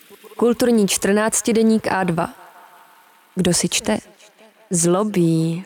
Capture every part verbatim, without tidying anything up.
Kulturní čtrnáctidenník á dva. Kdo si čte? Zlobí.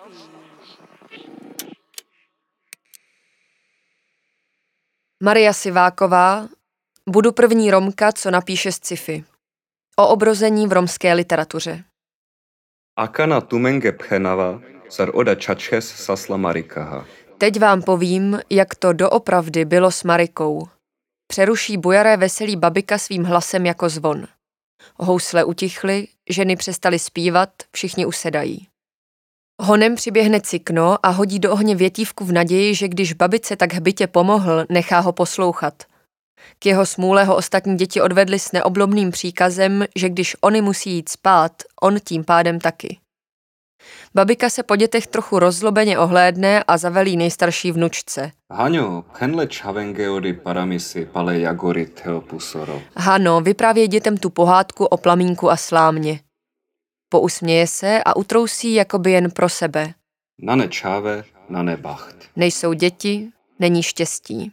Maria Siváková. Budu první Romka, co napíše sci-fi. O obrození v romské literatuře. Akana tumenge pchenava, sar oda čačes sasla Marikaha. Teď vám povím, jak to doopravdy bylo s Marikou. Přeruší bujaré veselý babika svým hlasem jako zvon. Housle utichly, ženy přestaly zpívat, všichni usedají. Honem přiběhne Cikno a hodí do ohně větívku v naději, že když babice tak hbitě pomohl, nechá ho poslouchat. K jeho smůle ho ostatní děti odvedly s neoblomným příkazem, že když oni musí jít spát, on tím pádem taky. Babika se po dětech trochu rozzlobeně ohlédne a zavelí nejstarší vnučce. Haňo, pchenle čavengeody paramisi pale jagory teopusoro. Hano, vyprávěj dětem tu pohádku o plamínku a slámě. Pousměje se a utrousí jakoby jen pro sebe. Nane čáve, nane bacht. Nejsou děti, není štěstí.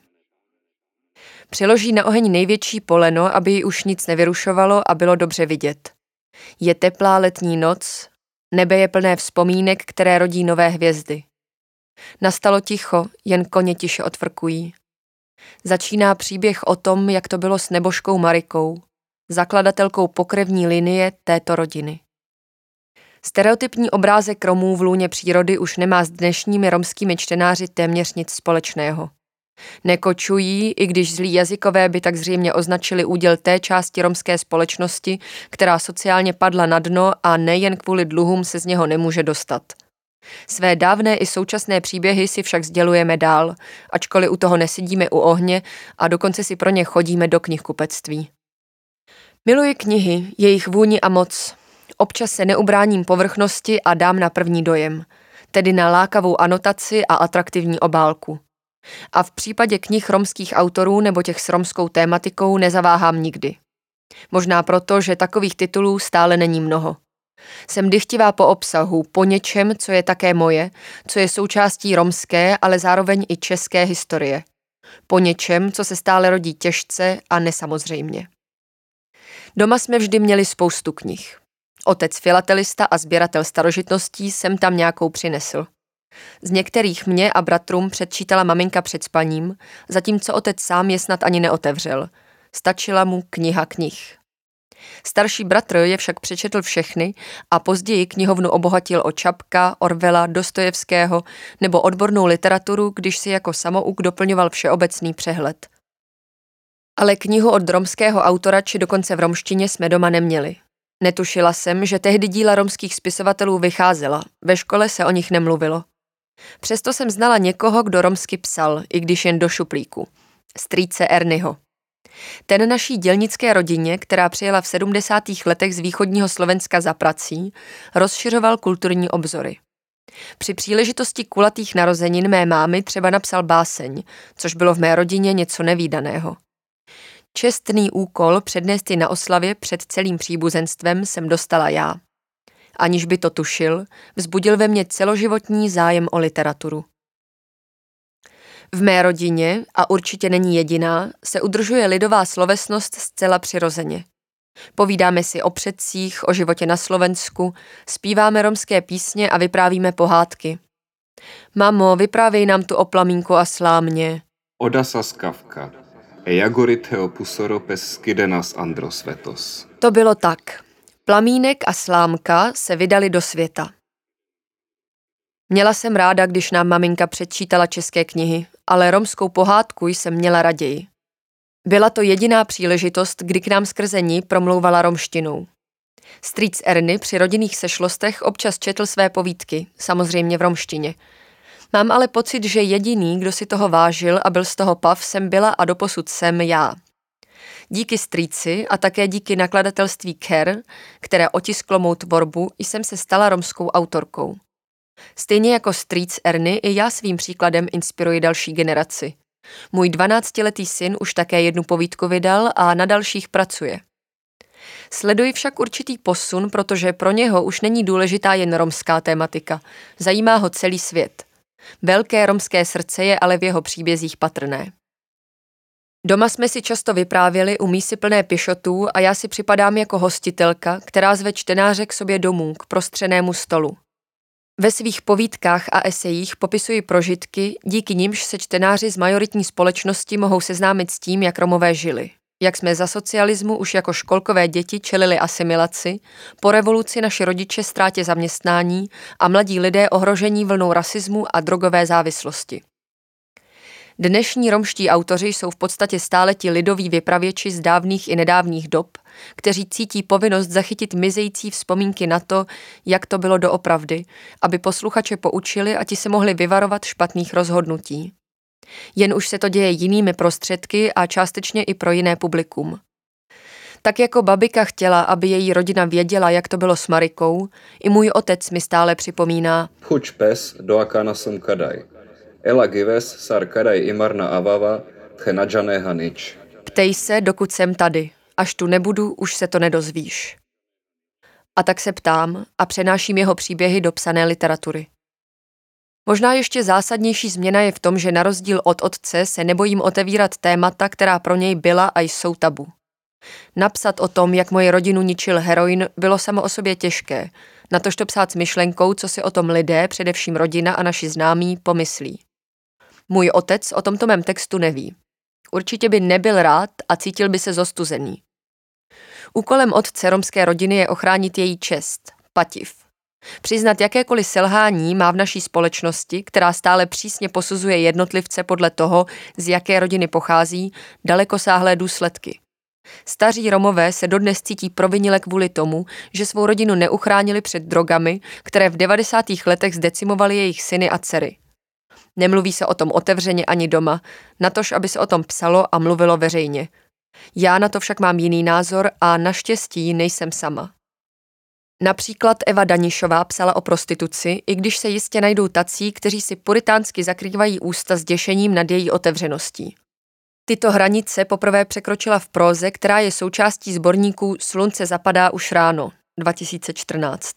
Přiloží na oheň největší poleno, aby ji už nic nevyrušovalo a bylo dobře vidět. Je teplá letní noc, nebe je plné vzpomínek, které rodí nové hvězdy. Nastalo ticho, jen koně tiše odfrkují. Začíná příběh o tom, jak to bylo s nebožkou Marikou, zakladatelkou pokrevní linie této rodiny. Stereotypní obrázek Romů v lůně přírody už nemá s dnešními romskými čtenáři téměř nic společného. Nekočují, i když zlí jazykové by tak zřejmě označili úděl té části romské společnosti, která sociálně padla na dno a nejen kvůli dluhům se z něho nemůže dostat. Své dávné i současné příběhy si však sdělujeme dál, ačkoliv u toho nesedíme u ohně a dokonce si pro ně chodíme do knihkupectví. Miluji knihy, jejich vůni a moc. Občas se neubráním povrchnosti a dám na první dojem, tedy na lákavou anotaci a atraktivní obálku. A v případě knih romských autorů nebo těch s romskou tématikou nezaváhám nikdy. Možná proto, že takových titulů stále není mnoho. Jsem dychtivá po obsahu, po něčem, co je také moje, co je součástí romské, ale zároveň i české historie. Po něčem, co se stále rodí těžce a nesamozřejmě. Doma jsme vždy měli spoustu knih. Otec filatelista a sběratel starožitností jsem tam nějakou přinesl. Z některých mě a bratrům předčítala maminka před spaním, zatímco otec sám je snad ani neotevřel. Stačila mu kniha knih. Starší bratr je však přečetl všechny a později knihovnu obohatil o Čapka, Orwella, Dostojevského nebo odbornou literaturu, když si jako samouk doplňoval všeobecný přehled. Ale knihu od romského autora či dokonce v romštině jsme doma neměli. Netušila jsem, že tehdy díla romských spisovatelů vycházela, ve škole se o nich nemluvilo. Přesto jsem znala někoho, kdo romsky psal, i když jen do šuplíku. Strýce Ernyho. Ten naší dělnické rodině, která přijela v sedmdesátých letech z východního Slovenska za prací, rozšiřoval kulturní obzory. Při příležitosti kulatých narozenin mé mámy třeba napsal báseň, což bylo v mé rodině něco nevídaného. Čestný úkol přednést ji na oslavě před celým příbuzenstvem jsem dostala já. Aniž by to tušil, vzbudil ve mně celoživotní zájem o literaturu. V mé rodině, a určitě není jediná, se udržuje lidová slovesnost zcela přirozeně. Povídáme si o předcích, o životě na Slovensku, zpíváme romské písně a vyprávíme pohádky. Mamo, vyprávěj nám tu o plamínku a slámě. Odasa skavka. E jagory teopusoro pes skidenas androsvetos. To bylo tak. Plamínek a slámka se vydali do světa. Měla jsem ráda, když nám maminka předčítala české knihy, ale romskou pohádku jsem měla raději. Byla to jediná příležitost, kdy k nám skrze ní promlouvala romštinou. Strýc Erny při rodinných sešlostech občas četl své povídky, samozřejmě v romštině. Mám ale pocit, že jediný, kdo si toho vážil a byl z toho pav, jsem byla a doposud jsem já. Díky strýci a také díky nakladatelství Ker, které otisklo mou tvorbu, jsem se stala romskou autorkou. Stejně jako strýc Erny, i já svým příkladem inspiruji další generaci. Můj dvanáctiletý syn už také jednu povídku vydal a na dalších pracuje. Sleduji však určitý posun, protože pro něho už není důležitá jen romská tématika. Zajímá ho celý svět. Velké romské srdce je ale v jeho příbězích patrné. Doma jsme si často vyprávěli u mísy plné pišotů a já si připadám jako hostitelka, která zve čtenáře k sobě domů, k prostřenému stolu. Ve svých povídkách a esejích popisuji prožitky, díky nimž se čtenáři z majoritní společnosti mohou seznámit s tím, jak Romové žili. Jak jsme za socialismu už jako školkové děti čelili asimilaci, po revoluci naši rodiče ztrátě zaměstnání a mladí lidé ohrožení vlnou rasismu a drogové závislosti. Dnešní romští autoři jsou v podstatě stále ti lidoví vypravěči z dávných i nedávných dob, kteří cítí povinnost zachytit mizející vzpomínky na to, jak to bylo doopravdy, aby posluchače poučili a ti se mohli vyvarovat špatných rozhodnutí. Jen už se to děje jinými prostředky a částečně i pro jiné publikum. Tak jako babika chtěla, aby její rodina věděla, jak to bylo s Marikou, i můj otec mi stále připomíná: Chuč pes do akana sum kadaj. Ela gives sar kadaj imarna avava tchenadžané hanič. Ptej se, dokud jsem tady. Až tu nebudu, už se to nedozvíš. A tak se ptám a přenáším jeho příběhy do psané literatury. Možná ještě zásadnější změna je v tom, že na rozdíl od otce se nebojím otevírat témata, která pro něj byla a jsou tabu. Napsat o tom, jak moji rodinu ničil heroin, bylo samo o sobě těžké, natož to psát s myšlenkou, co si o tom lidé, především rodina a naši známí, pomyslí. Můj otec o tomto mém textu neví. Určitě by nebyl rád a cítil by se zostuzený. Úkolem otce romské rodiny je ochránit její čest, pativ. Přiznat jakékoliv selhání má v naší společnosti, která stále přísně posuzuje jednotlivce podle toho, z jaké rodiny pochází, dalekosáhlé důsledky. Staří Romové se dodnes cítí provinile kvůli tomu, že svou rodinu neuchránili před drogami, které v devadesátých letech zdecimovaly jejich syny a dcery. Nemluví se o tom otevřeně ani doma, natož aby se o tom psalo a mluvilo veřejně. Já na to však mám jiný názor a naštěstí nejsem sama. Například Eva Danišová psala o prostituci, i když se jistě najdou tací, kteří si puritánsky zakrývají ústa zděšením nad její otevřeností. Tyto hranice poprvé překročila v próze, která je součástí sborníku Slunce zapadá už ráno, dva tisíce čtrnáct.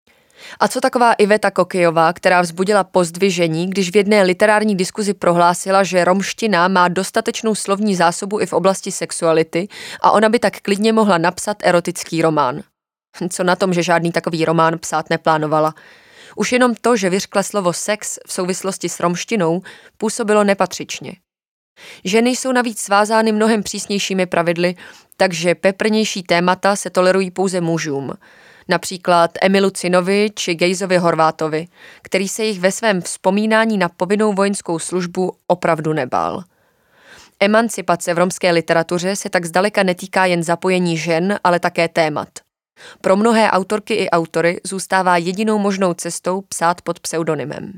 A co taková Iveta Kokejová, která vzbudila pozdvižení, když v jedné literární diskuzi prohlásila, že romština má dostatečnou slovní zásobu i v oblasti sexuality a ona by tak klidně mohla napsat erotický román. Co na tom, že žádný takový román psát neplánovala. Už jenom to, že vyřkla slovo sex v souvislosti s romštinou, působilo nepatřičně. Ženy jsou navíc svázány mnohem přísnějšími pravidly, takže peprnější témata se tolerují pouze mužům. Například Emilu Cinovi či Gejzovi Horvátovi, který se jich ve svém vzpomínání na povinnou vojenskou službu opravdu nebál. Emancipace v romské literatuře se tak zdaleka netýká jen zapojení žen, ale také témat. Pro mnohé autorky i autory zůstává jedinou možnou cestou psát pod pseudonymem.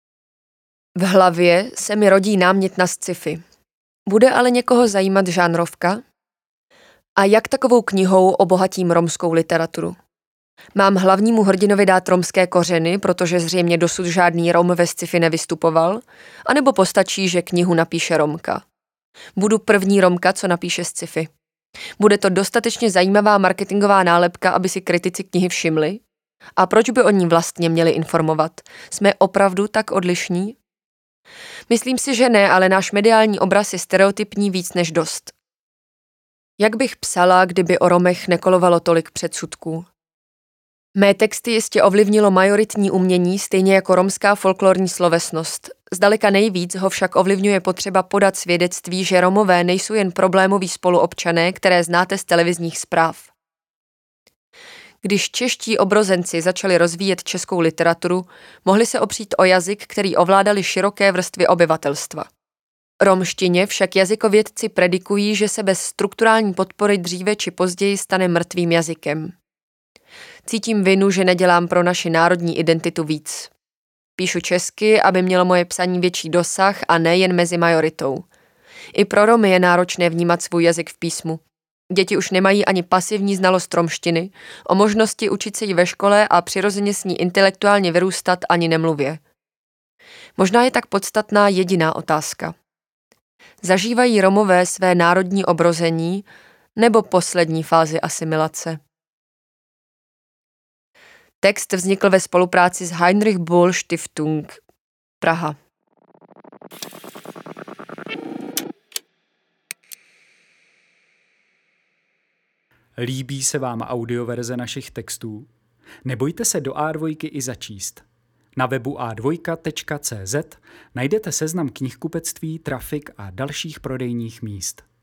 V hlavě se mi rodí námět na sci-fi. Bude ale někoho zajímat žánrovka? A jak takovou knihou obohatím romskou literaturu? Mám hlavnímu hrdinovi dát romské kořeny, protože zřejmě dosud žádný Rom ve sci-fi nevystupoval, anebo postačí, že knihu napíše Romka? Budu první Romka, co napíše sci-fi. Bude to dostatečně zajímavá marketingová nálepka, aby si kritici knihy všimli? A proč by o ní vlastně měli informovat? Jsme opravdu tak odlišní? Myslím si, že ne, ale náš mediální obraz je stereotypní víc než dost. Jak bych psala, kdyby o Romech nekolovalo tolik předsudků? Mé texty jistě ovlivnilo majoritní umění, stejně jako romská folklorní slovesnost. Zdaleka nejvíc ho však ovlivňuje potřeba podat svědectví, že Romové nejsou jen problémoví spoluobčané, které znáte z televizních zpráv. Když čeští obrozenci začali rozvíjet českou literaturu, mohli se opřít o jazyk, který ovládali široké vrstvy obyvatelstva. Romštině však jazykovědci predikují, že se bez strukturální podpory dříve či později stane mrtvým jazykem. Cítím vinu, že nedělám pro naši národní identitu víc. Píšu česky, aby mělo moje psaní větší dosah a ne jen mezi majoritou. I pro Romy je náročné vnímat svůj jazyk v písmu. Děti už nemají ani pasivní znalost romštiny, o možnosti učit se ji ve škole a přirozeně s ní intelektuálně vyrůstat ani nemluvě. Možná je tak podstatná jediná otázka. Zažívají Romové své národní obrození nebo poslední fázi asimilace? Text vznikl ve spolupráci s Heinrich Böll Stiftung, Praha. Líbí se vám audioverze našich textů? Nebojte se do á dva i začíst. Na webu a dva tečka cé zet najdete seznam knihkupectví, trafik a dalších prodejních míst.